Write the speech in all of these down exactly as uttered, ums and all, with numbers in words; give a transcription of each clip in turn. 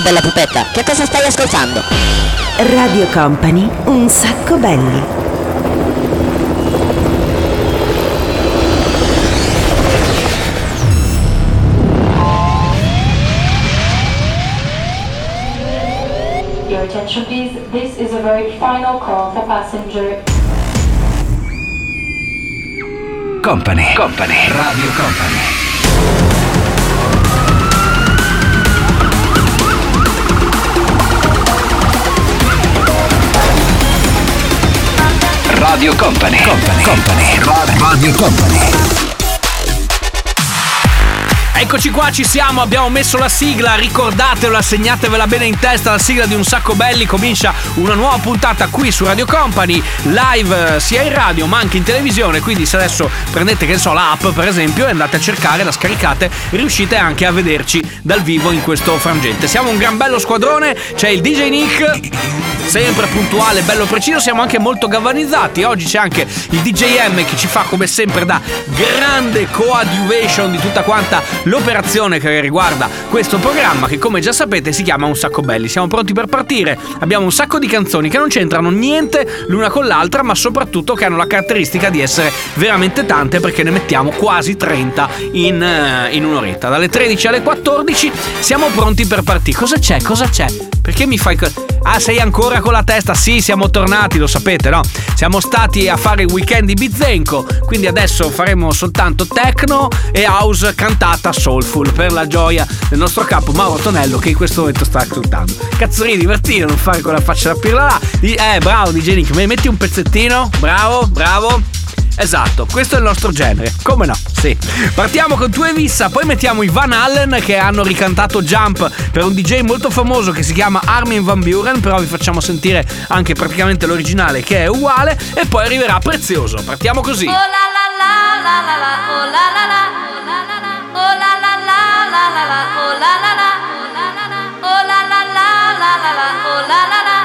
bella pupetta, che cosa stai ascoltando? Radio Company, un sacco belli. Your attention please, this is a very final call for passenger. Company, Company, Radio Company. Radio Company, Company, Company, Radio Company. Eccoci qua, ci siamo, abbiamo messo la sigla, ricordatevela, segnatevela bene in testa, la sigla di Un Sacco Belli. Comincia una nuova puntata qui su Radio Company, live sia in radio ma anche in televisione, quindi se adesso prendete, che ne so, l'app per esempio e andate a cercare, la scaricate, riuscite anche a vederci dal vivo in questo frangente. Siamo un gran bello squadrone, c'è il D J Nick, sempre puntuale, bello preciso, siamo anche molto galvanizzati. Oggi c'è anche il D J M che ci fa come sempre da grande coadjuvation di tutta quanta l'operazione che riguarda questo programma, che come già sapete si chiama Un Sacco Belli. Siamo pronti per partire, abbiamo un sacco di canzoni che non c'entrano niente l'una con l'altra, ma soprattutto che hanno la caratteristica di essere veramente tante, perché ne mettiamo quasi trenta in, uh, in un'oretta. Dalle tredici alle quattordici siamo pronti per partire. Cosa c'è? Cosa c'è? Perché mi fai... Co- ah, sei ancora con la testa? Sì, siamo tornati, lo sapete, no? Siamo stati a fare il weekend di Bizenko, quindi adesso faremo soltanto techno e house cantata soulful, per la gioia del nostro capo Mauro Tonello, che in questo momento sta ascoltando. Cazzo, ri, divertire, non fare quella faccia da pirla là. Eh, bravo D J Nick, mi metti un pezzettino? Bravo, bravo. Esatto, questo è il nostro genere, come no? Sì. Partiamo con Tue Vissa, poi mettiamo i Van Allen, che hanno ricantato Jump per un D J molto famoso che si chiama Armin van Buuren, però vi facciamo sentire anche praticamente l'originale, che è uguale, e poi arriverà Prezioso. Partiamo così. Oh la la la la la la, oh la la la, oh la la la, oh la la la la la la, oh la la la, oh la la la la la la, oh la la la,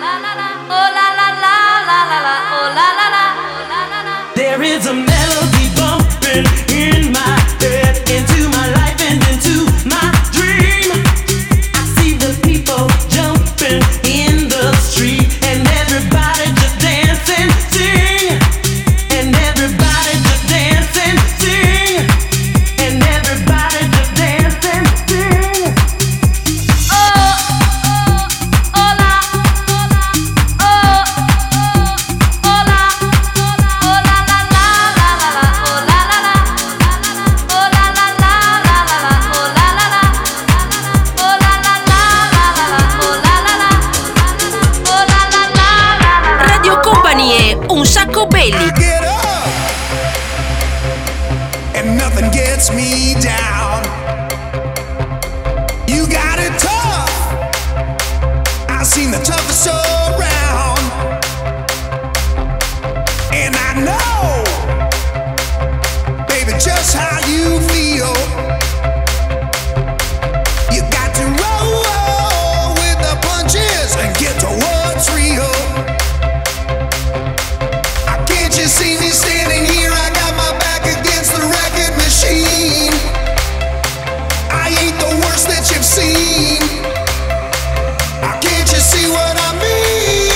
oh la la la la la la, oh la la la. There is a melody bumping in my head, into my life and into my dream. I see the people jumping in the street, and everybody just dance and sing, and everybody just dance and sing, and everybody just dance and sing. Oh, oh, oh la, oh, oh, oh la, oh la la la la la la, oh la la la, oh la la la la la la, oh la la la, oh la la la la la la, oh la la la, oh la la la la la. Radio Company è Un Sacco Belli. Get up, and nothing gets me down. You got it tough. I've seen the toughest around, and I know, baby, just how you feel. You got to roll with the punches and get to what's real. Can't you see me standing here? I got my back against the record machine. I ain't the worst that you've seen. Can't you see what I mean?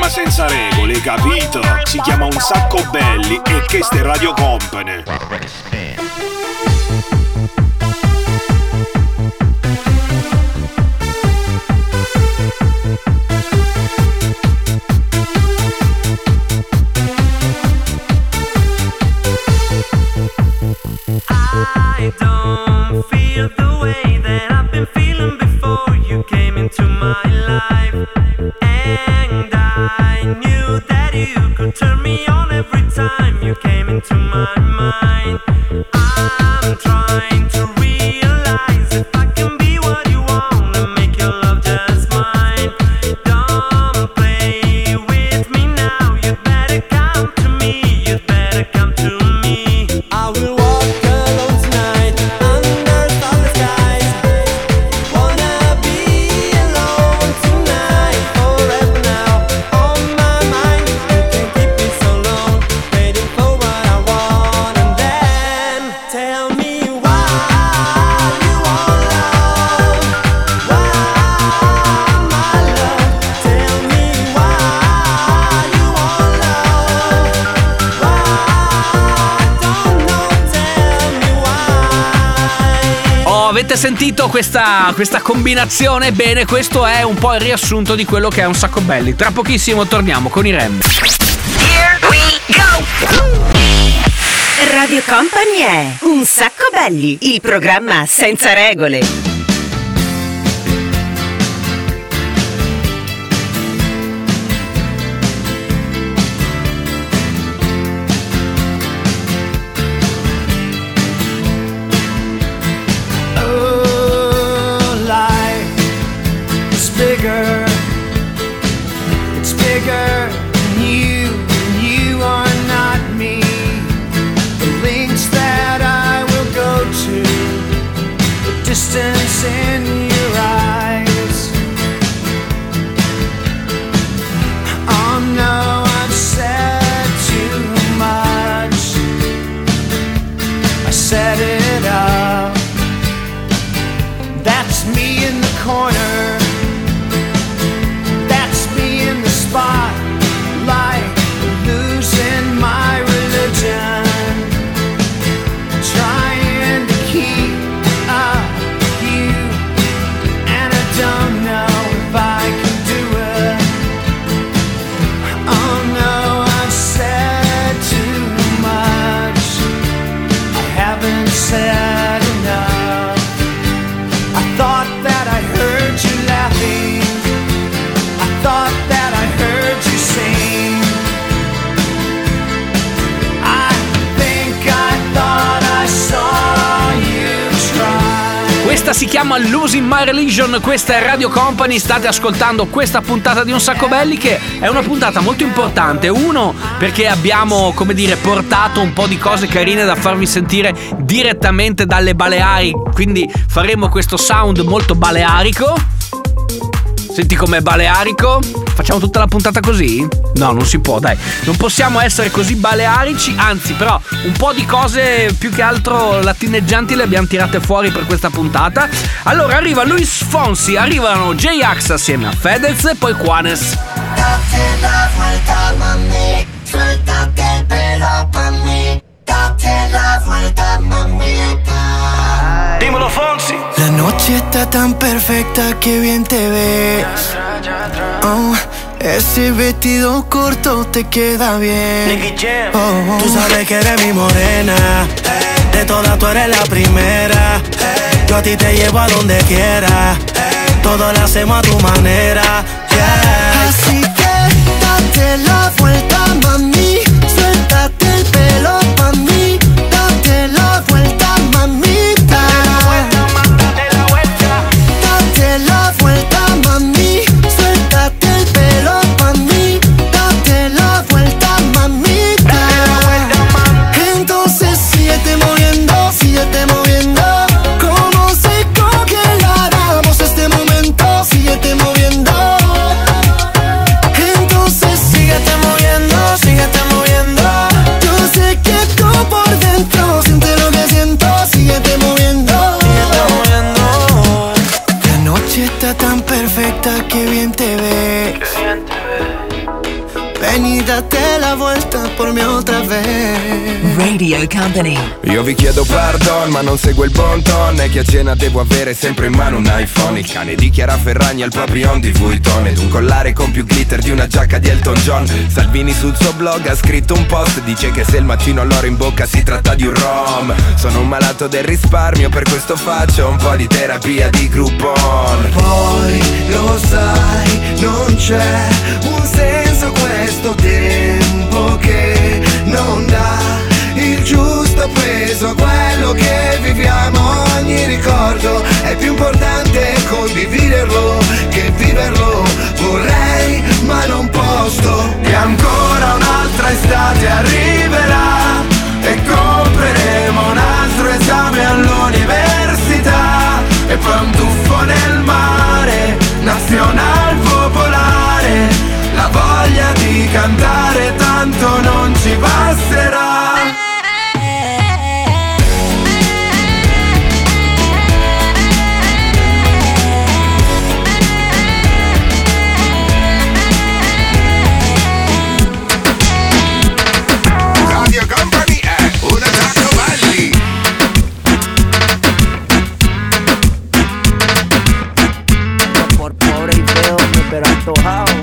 programma senza regole, capito? Si chiama Un Sacco Belli e questa è Radio Company. I don't feel the way that I've been feeling before you came into my life. And I knew that you could turn me on every time you came into my mind. I'm trying to realize if I can be what you want and make your love just mine. Don't play with me now, you'd better come to me, you'd better come to me. I will walk alone tonight under starless skies. Wanna be alone tonight forever now. On my mind, you can't keep me so long, waiting for what I want. And then tell me why you want love, why my love. Tell me why you want love, why I don't know. Tell me why. Oh, avete sentito questa, questa combinazione? Bene, questo è un po' il riassunto di quello che è Un Sacco Belli. Tra pochissimo torniamo con i Rem. Radio Company è Un Sacco Belli, il programma senza regole. Oh, life is bigger. It's bigger than you, and you are not me. The links that I will go to, the distance in your eyes. Oh no, I've said too much. I set it up. That's me in the corner. That's me in the spotlight, losing my religion, trying to keep up with you, and I don't know if I can do it. Oh no, I've said too much. I haven't said enough. I thought that I heard you laughing. I thought that I heard you sing. I think I thought I saw you try. Questa si chiama Losing My Religion, questa è Radio Company, state ascoltando questa puntata di Un Sacco Belli, che è una puntata molto importante. Uno, perché abbiamo, come dire, portato un po' di cose carine da farvi sentire direttamente dalle Baleari, quindi faremo questo sound molto balearico. Senti com'è balearico? Facciamo tutta la puntata così? No, non si può, dai. Non possiamo essere così balearici, anzi, però un po' di cose più che altro latineggianti le abbiamo tirate fuori per questa puntata. Allora arriva Luis Fonsi, arrivano J-Ax assieme a Fedez e poi Juanes. Date la vuelta, mami, suéltate el pelo pa' mí. Date la vuelta, mamita. Dímelo, Fonsi. La noche está tan perfecta que bien te ves. Oh, ese vestido corto te queda bien. Nicky Jam. Oh, oh. Tú sabes que eres mi morena, de todas tú eres la primera. Yo a ti te llevo a donde quiera, todo lo hacemos a tu manera. Yeah. Así que date la vuelta, mami. Suéltate el pelo pa' mí. Date la vuelta, mamita. Date la vuelta. Date la vuelta, mami. Suéltate el pelo pa' mí. Date la vuelta, mamita. Entonces síguete moviendo, síguete moviendo. Como seco que la damos este momento. Síguete moviendo. Entonces síguete moviendo, síguete vuelta por mí otra vez. Radio Company. Io vi chiedo pardon ma non seguo il bon ton. E che a cena devo avere sempre in mano un iPhone. Il cane di Chiara Ferragni al Papillon di Vuitton. Ed un collare con più glitter di una giacca di Elton John. Salvini sul suo blog ha scritto un post. Dice che se il mattino ho l'oro in bocca si tratta di un rom. Sono un malato del risparmio, per questo faccio un po' di terapia di Groupon. Poi lo sai, non c'è un senso questo tempo che non dà il giusto peso a quello che viviamo. Ogni ricordo è più importante condividerlo che viverlo. Vorrei ma non posso. E ancora un'altra estate arriverà e compreremo un altro esame all'università. E poi un tuffo nel mare, nazional popolare. La voglia di cantare tanto non ci basterà. Radio Company è una Sacco Belli. Por pobre y feo, pero antojado.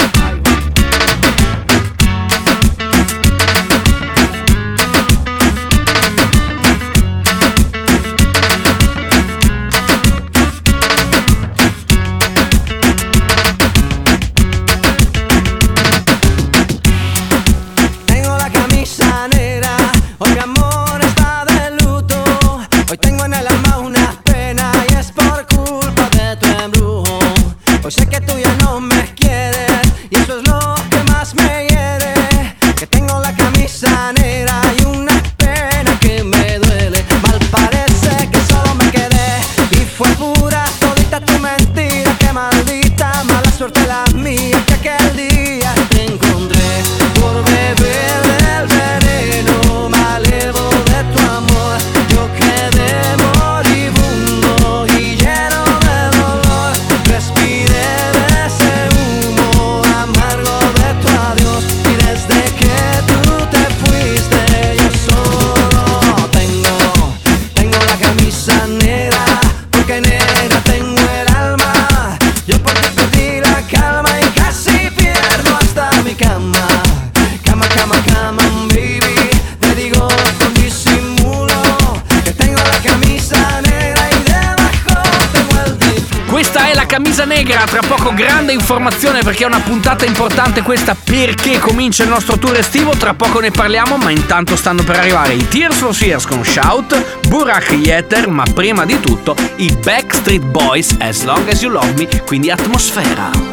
Tengo la camisa negra, hoy mi amor está de luto. Hoy tengo en el alma una pena y es por culpa de tu embrujo. Hoy sé que tú ya no me quieres y eso es lo que más me hiere. Que tengo la camisa negra y una pena que me duele. Mal parece que solo me quedé y fue pura todita tu mentira. Que maldita mala suerte la mía que aquel día te encontré. Por beber del veneno malevo de tu amor, yo quedé moribundo y lleno de dolor. Respiré de ese humo amargo de tu adiós y desde que tú te fuiste yo solo tengo, tengo la camisa negra, porque negra tengo el alma. Yo por ti perdí la calma y casi pierdo hasta mi cama. Cama, cama, cama, baby. Te digo con disimulo que tengo la camisa negra y debajo tengo el difunto. Questa è la camisa negra, tra poco grande informazione perché è una puntata importante questa, perché comincia il nostro tour estivo, tra poco ne parliamo, ma intanto stanno per arrivare i Tears for Fears con Shout, Burak Yeter, ma prima di tutto i Backstreet Boys, As Long As You Love Me, quindi Atmosfera.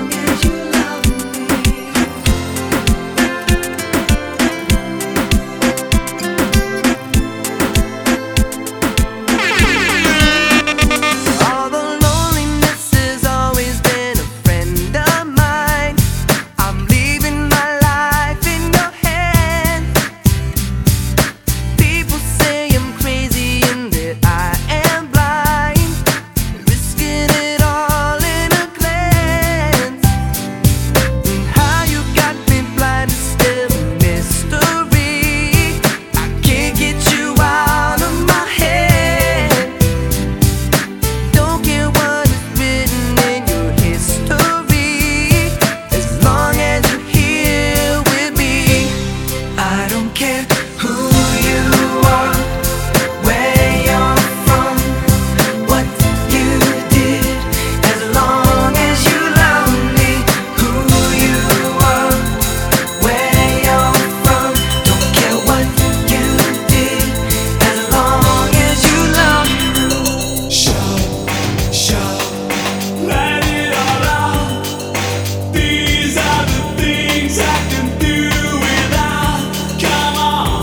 All the loneliness has always been a friend of mine. I'm leaving my life in your hands. People say I'm crazy and that I am blind, risking it all in a glance. And how you got me blind is still a mystery. I can't get you out of my head. Don't care what is written in your history, as long as you're here with me. I don't care who you are, where you're from, what you did, as long as you love me. Who you are, where you're from, don't care what you did, as long as you love me. Show, show, let it all out. These are the things I can do without. Come on,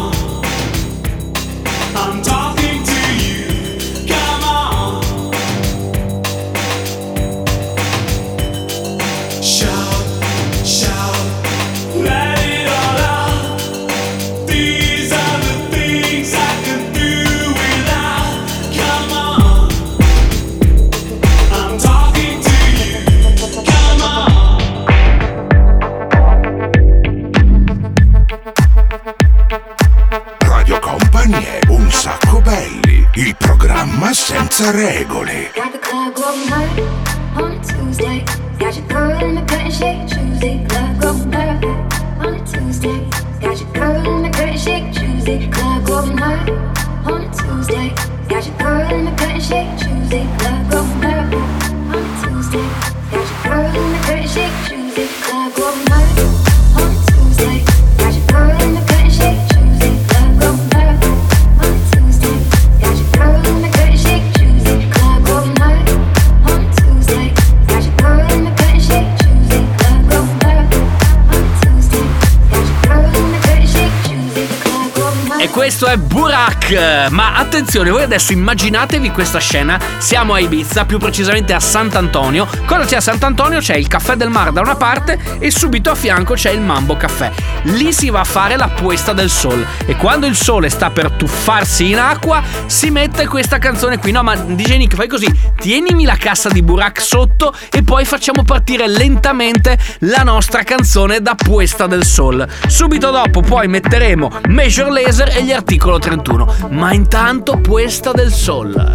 Il programma senza regole. Got the club going hard on a Tuesday. Got your girl in the curtain shake Tuesday. Club going hard on a Tuesday. Got your girl in the curtain shake Tuesday. Club going hard on a Tuesday. Got your girl in the curtain shake Tuesday. Club going hard on a Tuesday. Got your girl in the curtain shake Tuesday. Club going hard on a Tuesday. Got your girl in the curtain shake Tuesday. Club going hard on a Tuesday. Got your girl in the curtain shake Tuesday. Club going hard on a Tuesday. Got your girl in the curtain shake Tuesday. Club going hard on a Tuesday. Got your girl in the curtain shake Tuesday. Club going hard. E questo è Burak. Ma attenzione, voi adesso immaginatevi questa scena. Siamo a Ibiza, più precisamente a Sant'Antonio. Cosa c'è a Sant'Antonio? C'è il Caffè del Mar da una parte e subito a fianco c'è il Mambo Caffè. Lì si va a fare la puesta del sol e quando il sole sta per tuffarsi in acqua si mette questa canzone qui. No, ma D J Nick, fai così: tienimi la cassa di Burak sotto e poi facciamo partire lentamente la nostra canzone da puesta del sol. Subito dopo poi metteremo Major Lazer e gli Articolo trentuno. Ma intanto puesta del sol.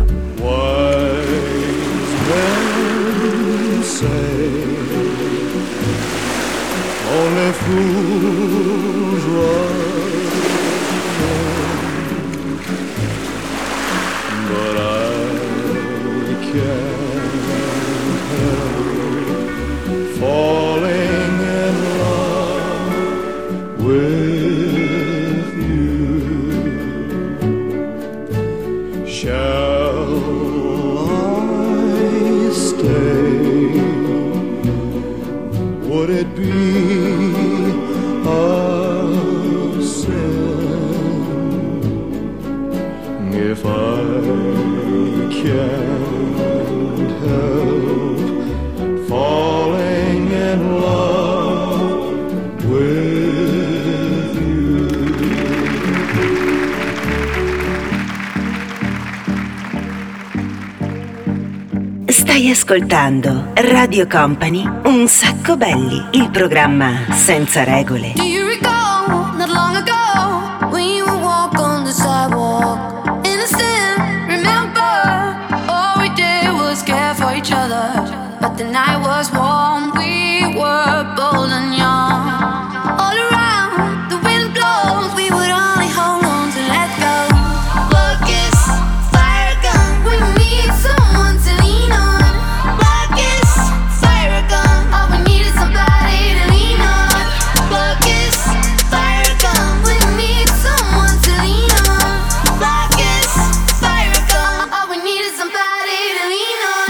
Only fools rush in, but I can't help falling in love with you. Shall I stay? Would it be a sin if I can't help falling in love with you? Stai ascoltando Radio Company, Un Sacco Belli, il programma senza regole. Do you recall, not long ago, when you would walk on the sidewalk? Innocent, remember, all we did was care for each other. But the night was warm, we were bold and young. All around, the wind blows, we would only hold on to let go. Focus, fire gun, we need someone to lean on. Focus, fire gun, all we need is somebody to lean on. Focus, fire gun, we need someone to lean on. Focus, fire gun, all we need is somebody to lean on.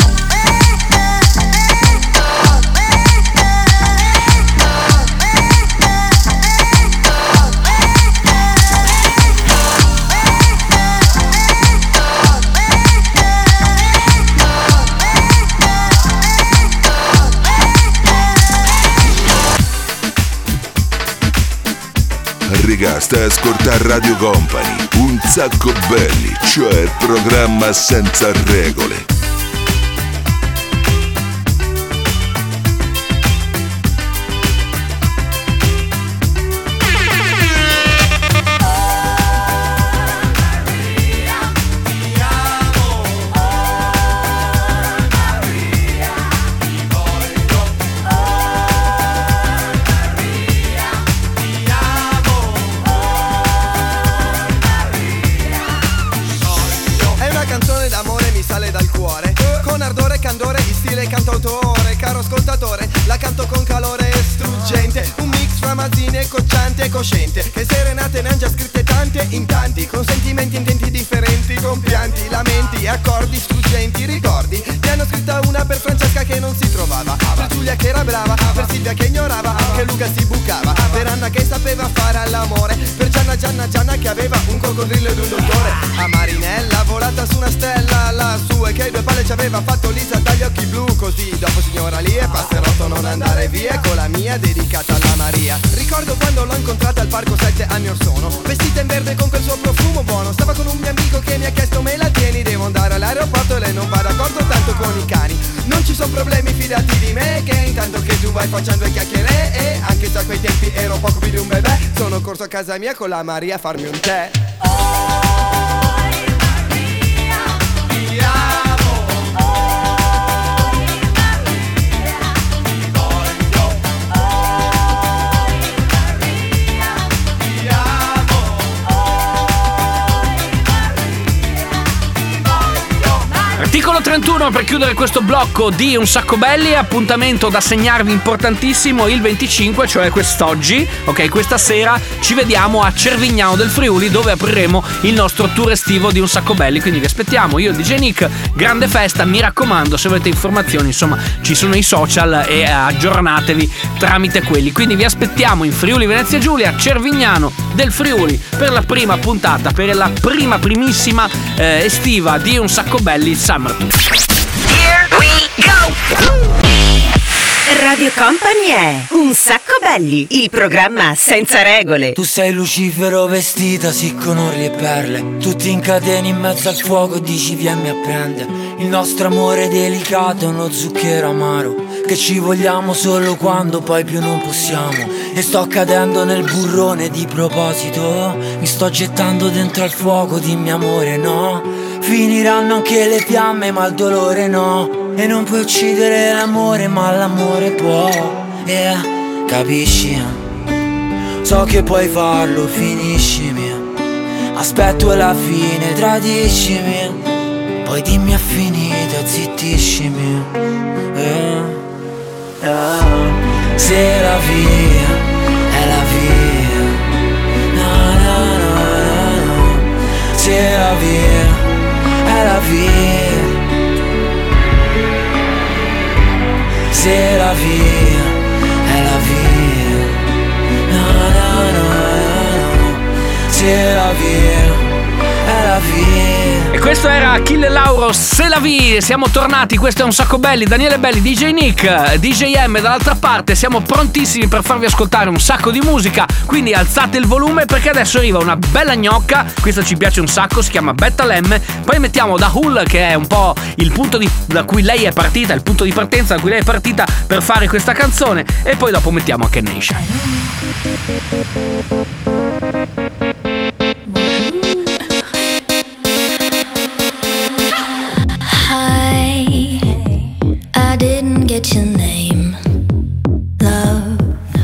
Raga, stai a ascoltare Radio Company, Un Sacco Belli, cioè il programma senza regole. Cantautore, caro ascoltatore, la canto con calore struggente. Un mix fra mazzine, cocciante e cosciente, che serenate ne han già scritte tante in tanti, con sentimenti intenti differenti, con pianti, lamenti, accordi struggenti, ricordi. Ne hanno scritta una per Francesca che non si trovava, per Giulia che era brava, per Silvia che ignorava, che Luca si bucava, per Anna che sapeva fare all'amore, per Gianna Gianna Gianna che aveva un coccodrillo ed un dottore. A Marinella volata su una stella lassù e che due palle ci aveva fatto Lisa dagli occhi blu. Così dopo signora lì e passerotto non andare via, con la mia dedicata alla Maria. Ricordo quando l'ho incontrata al parco sette anni or sono, vestita in verde con quel suo profumo buono. Stava con un mio amico che mi ha chiesto me la tieni, devo andare all'aeroporto e lei non va d'accordo tanto con i cani. Non ci sono problemi, fidati di me, che intanto che tu vai facendo due chiacchiere, e anche se a quei tempi ero poco più di un bebè, sono corso a casa mia con la Maria a farmi un tè. Oh, Maria, ventuno e trentuno per chiudere questo blocco di Un Sacco Belli. Appuntamento da segnarvi importantissimo il venticinque, cioè quest'oggi. Ok, questa sera ci vediamo a Cervignano del Friuli, dove apriremo il nostro tour estivo di Un Sacco Belli. Quindi vi aspettiamo, io e D J Nick. Grande festa, mi raccomando, se avete informazioni, insomma, ci sono i social e aggiornatevi tramite quelli. Quindi vi aspettiamo in Friuli Venezia Giulia, Cervignano del Friuli, per la prima puntata, per la prima primissima eh, estiva di Un Sacco Belli Summer Tour. Here we go! Radio Company è Un Sacco Belli, il programma senza regole. Tu sei Lucifero vestita sì con orli e perle, tutti in catene in mezzo al fuoco, dici vieni a prendere. Il nostro amore delicato è uno zucchero amaro, che ci vogliamo solo quando poi più non possiamo. E sto cadendo nel burrone di proposito, mi sto gettando dentro al fuoco, dimmi amore no. Finiranno anche le fiamme ma il dolore no. E non puoi uccidere l'amore ma l'amore può. Yeah, capisci? So che puoi farlo, finiscimi. Aspetto alla fine, tradiscimi. Poi dimmi è finita, zittiscimi. Yeah, yeah. Se la via è la via, no, no, no, no, no. Se la via è la via, se la via è la via, no, no, no, no. Se la via è la via. E questo era Achille Lauro, Se la vi. Siamo tornati, questo è Un Sacco Belli, Daniele Belli, D J Nick, D J M dall'altra parte. Siamo prontissimi per farvi ascoltare un sacco di musica, quindi alzate il volume perché adesso arriva una bella gnocca. Questa ci piace un sacco, si chiama Bethlehem. Poi mettiamo Da Hull, che è un po' il punto di, da cui lei è partita, il punto di partenza da cui lei è partita per fare questa canzone. E poi dopo mettiamo anche Nation. I didn't get your name, love.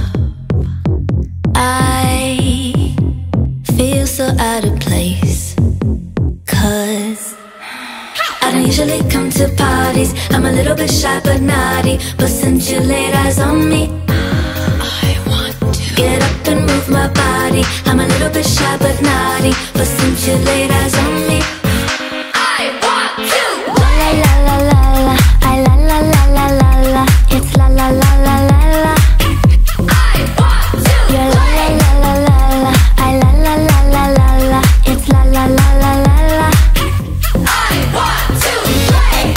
I feel so out of place, 'cause I don't usually come to parties. I'm a little bit shy but naughty, but since you laid eyes on me, I want to get up and move my body. I'm a little bit shy but naughty, but since you laid eyes on me, I want to. La la la la la, I la la la la la la, it's la la la la la la. I want to. You're la la la la la la, I la la la la la la, it's la la la la la la. I want to play.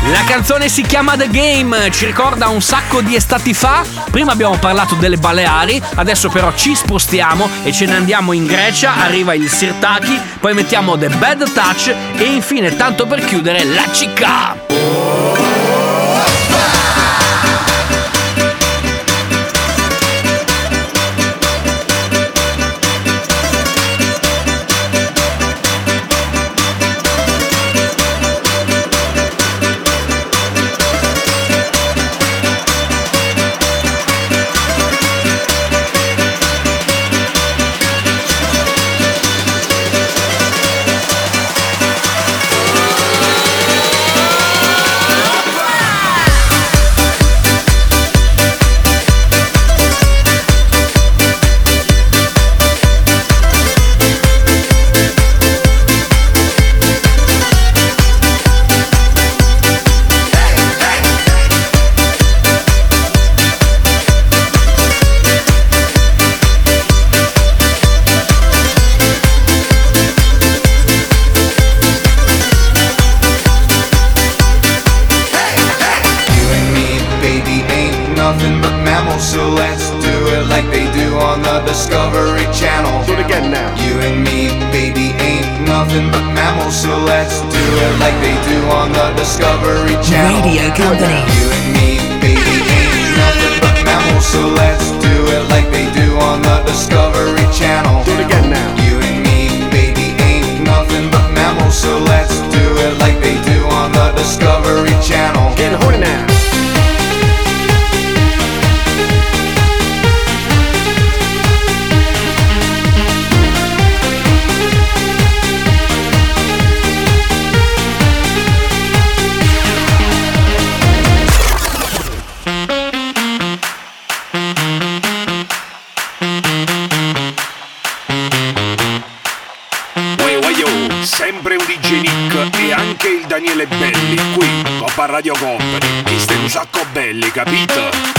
La canzone si chiama The Game, ci ricorda un sacco di estati fa. Prima abbiamo parlato delle Baleari, adesso però ci spostiamo e ce ne andiamo in Grecia. Arriva il Sirtaki, poi mettiamo The Bad Touch e infine, tanto per chiudere, la Cica. Nothing but mammals, so let's do it like they do on the Discovery Channel. Do it again now. You and me, baby, ain't nothing but mammals, so let's do it like they do on the Discovery Channel. Radio Company. You and me, baby, ain't nothing but mammals, so let's do it like they do on the Discovery Channel. Do it again now. You and me, baby, ain't nothing but mammals, so let's do it like they do on the Discovery Channel. Getting horny now. Sempre un D J Nick e anche il Daniele Belli qui, Coppa Radio Company. Chi stai un sacco belli, capito?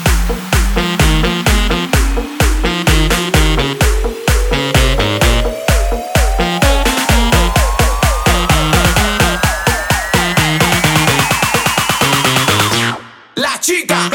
La Cica.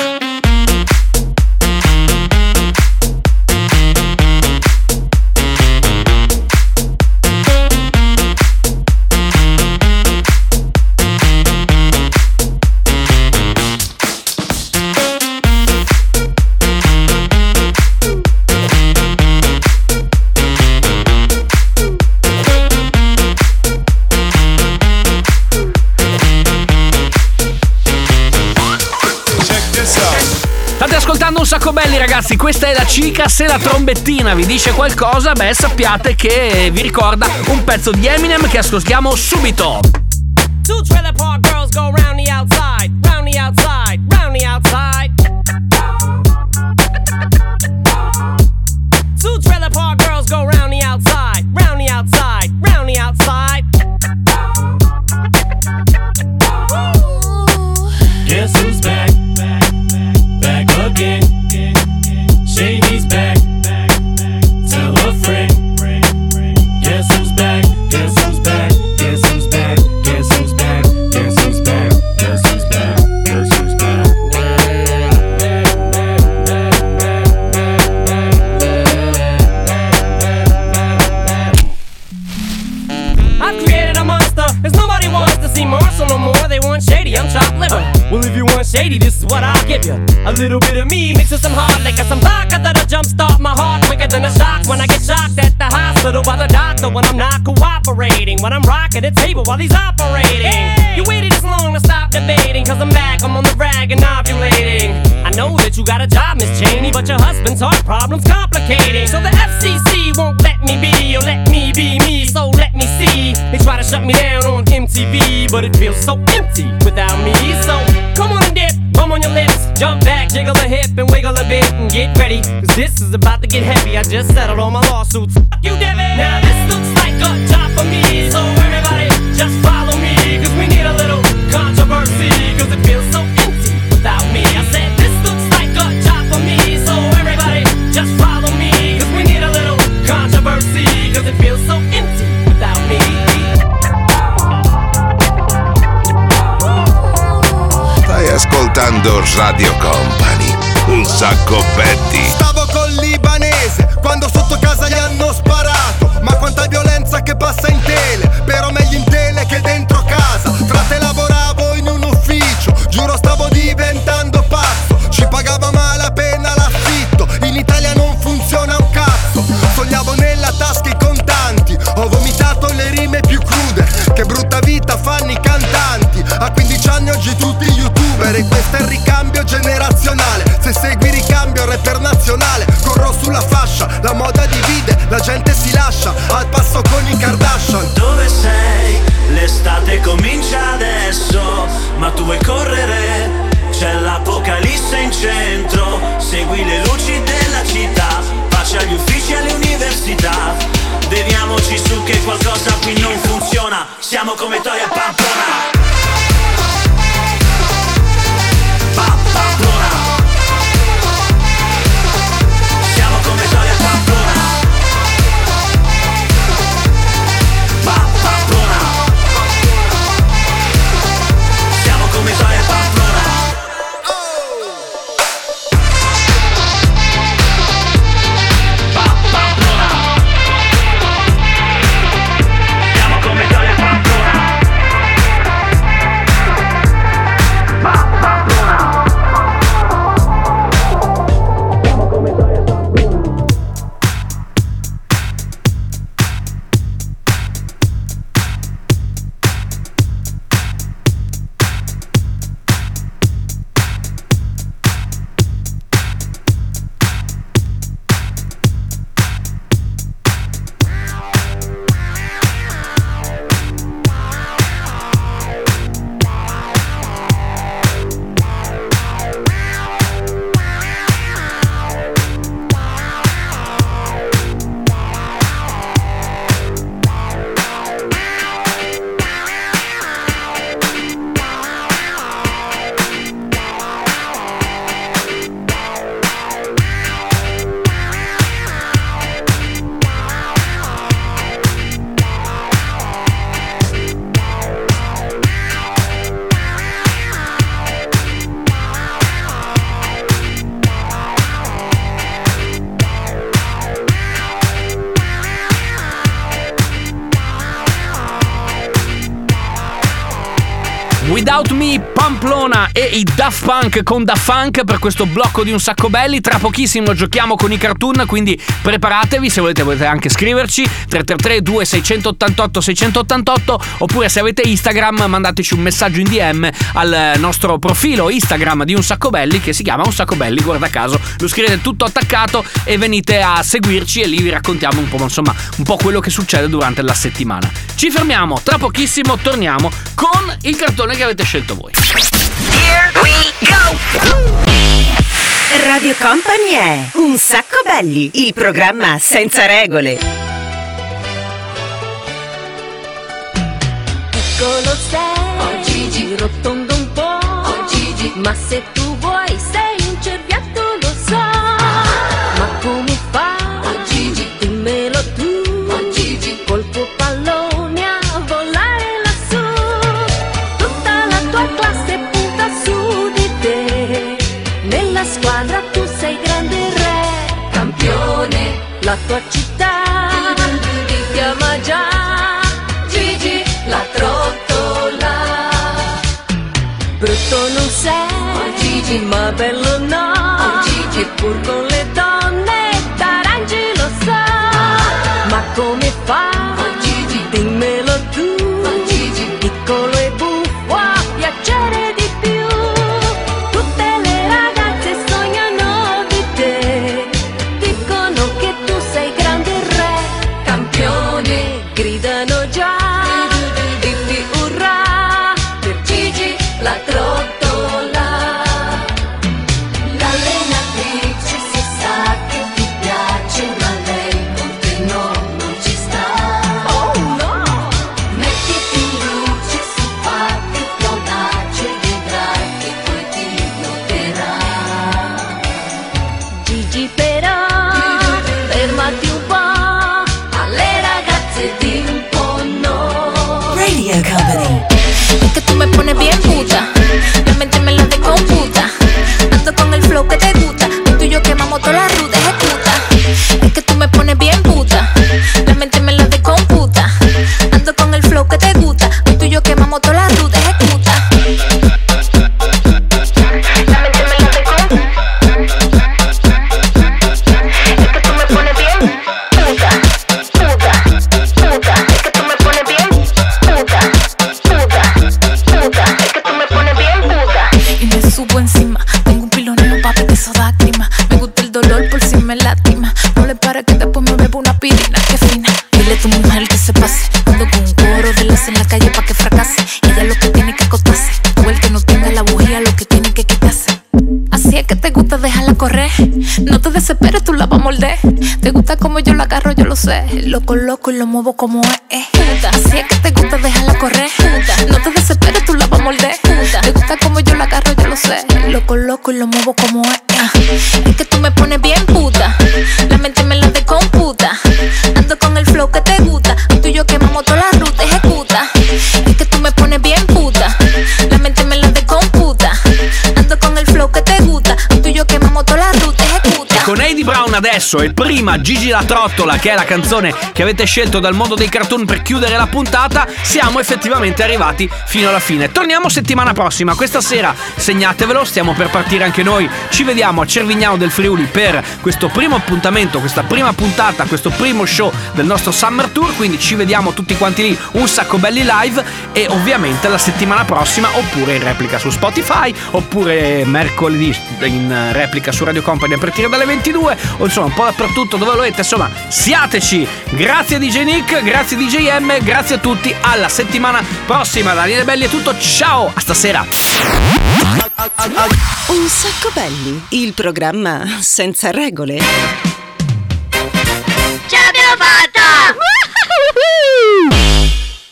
Ascoltando un sacco belli, ragazzi, questa è la Cica. Se la trombettina vi dice qualcosa, beh, sappiate che vi ricorda un pezzo di Eminem che ascoltiamo subito. Two trailer park girls go round the outside, round the outside, round the outside. Two trailer park girls go round the outside, round the outside, round the outside. Guess who's back? Back again. Shady's back. Tell a friend. Guess who's back? Guess who's back? Guess who's back? Guess who's back? Guess who's back? Guess who's back? Guess who's back? I've created a monster, cause nobody wants to see Marshall no more. They want Shady, I'm chopped liver. Well, if you want Shady, this is what I'll give you. A little bit of me mixed with some hard liquor, some vodka that'll jumpstart my heart quicker than a shock when I get shocked at the hospital by the doctor when I'm not cooperating, when I'm rocking the table while he's operating. Hey! You waited this long to stop debating, cause I'm back, I'm on the rag and ovulating. I know that you got a job, Miss Cheney, but your husband's heart problem's complicating. So the F C C won't let me be, or let me be me, so let me see. They try to shut me down on M T V, but it feels so empty without me. So come on and dip, bum on your lips, jump back, jiggle a hip and wiggle a bit and get ready, cause this is about to get heavy. I just settled all my lawsuits. Fuck you, Devin. Now this looks like a job for me, so everybody just follow me, cause we need a little controversy, cause it feels so empty without me. I said this looks like a job for me, so everybody just follow me, cause we need a little controversy, cause it feels so empty without me. ascoltando Radio Company. Un sacco belli. Stavo col libanese quando sotto casa gli hanno sparato. Ma quanta violenza che passa in tele. Però meglio in tele che dentro casa. Frate, lavoravo in un ufficio, giuro stavo diventando pazzo. Ci pagava malapena l'affitto. In Italia non funziona un cazzo. Sognavo nella tasca i contanti. Ho vomitato le rime più crude. Che brutta vita fanno i cantanti. A quindici anni oggi tutti youtuber. E questo è il ricambio generazionale. Se segui ricambio rapper nazionale. Corro sulla fascia, la moda divide. La gente si lascia, al passo con i Kardashian. Dove sei? L'estate comincia adesso. Ma tu vuoi correre? C'è l'apocalisse in centro. Segui le luci della città. Pace agli uffici e alle università. Beviamoci su che qualcosa qui non funziona. Siamo come Toy e Pamplona. Pa- Pamplona. Siamo come Toy e Pamplona. Pa- Pamplona. Siamo come Toy e Pamplona. Pa- Pamplona. Siamo come Toy e Pamplona. Pa- Pamplona. Siamo come Toy e Pamplona. Without Me, Pamplona e i Daft Punk con Da Funk per questo blocco di Un Sacco Belli. Tra pochissimo giochiamo con i cartoon, quindi preparatevi. Se volete potete anche scriverci tre tre tre due sei otto otto sei otto otto, oppure se avete Instagram mandateci un messaggio in D M al nostro profilo Instagram di Un Sacco Belli, che si chiama Un Sacco Belli, guarda caso lo scrivete tutto attaccato e venite a seguirci e lì vi raccontiamo un po', insomma, un po' quello che succede durante la settimana. Ci fermiamo, tra pochissimo torniamo con il cartone che avete scelto voi. Here we go! Radio Company è Un Sacco Belli, il programma senza regole. Piccolo sei, oh Gigi, rotondo un po', oh Gigi, ma se tu vuoi sei un cerbiatto, lo so, ma come fa, oh Gigi, dimmelo tu, oh Gigi, col tuo pallone a volare lassù, tutta la tua classe punta su di te, nella squadra tu sei grande re, campione, la tua città ti chiama già Gigi, la trottola. Brutto non sei, oh Gigi, ma bello no, oh Gigi, pur con le donne t'arrangi, lo so, ma come fa, oh Gigi, dimmelo tu, oh Gigi, piccolo e buffo a piacere di più, tutte le ragazze sognano di te, dicono che tu sei grande re, campione, gridano già, ditti urrà, per Gigi la trottola. L'allenatrice si sa che ti piace, ma lei con te no, non ci sta. correr. No te desesperes, tú la vas a morder. Te gusta como yo la agarro, yo lo sé. Lo coloco y lo muevo como es. eh. Así es que te gusta, déjala correr. No te desesperes, tú la vas a morder. Te gusta como yo la agarro, yo lo sé. Lo coloco y lo muevo como es. eh. Es que tú me pones bien puta. La mente me la decomputa. Ando con el flow que te gusta. Tú y yo quemamos toda la ruta, ejecuta. Es que tú me pones bien puta. La mente me la decomputa. Ando con el flow che te gusta. Tu io quemamo tutta la ruta, ejecuta. Con Heidi Brown adesso e prima Gigi la Trottola, che è la canzone che avete scelto dal mondo dei cartoon per chiudere la puntata, siamo effettivamente arrivati fino alla fine. Torniamo settimana prossima. Questa sera segnatevelo, stiamo per partire anche noi. Ci vediamo a Cervignano del Friuli per questo primo appuntamento, questa prima puntata, questo primo show del nostro Summer Tour. Quindi ci vediamo tutti quanti lì, un sacco belli live, e ovviamente la settimana prossima oppure in replica su Spotify, oppure mercoledì in replica su Radio Company a partire dalle ventidue, o insomma un po' dappertutto dove volete. Insomma, siateci. Grazie D J Nick, grazie D J M, grazie a tutti, alla settimana prossima. Daniele Belli è tutto, ciao, a stasera. Un sacco belli, il programma senza regole.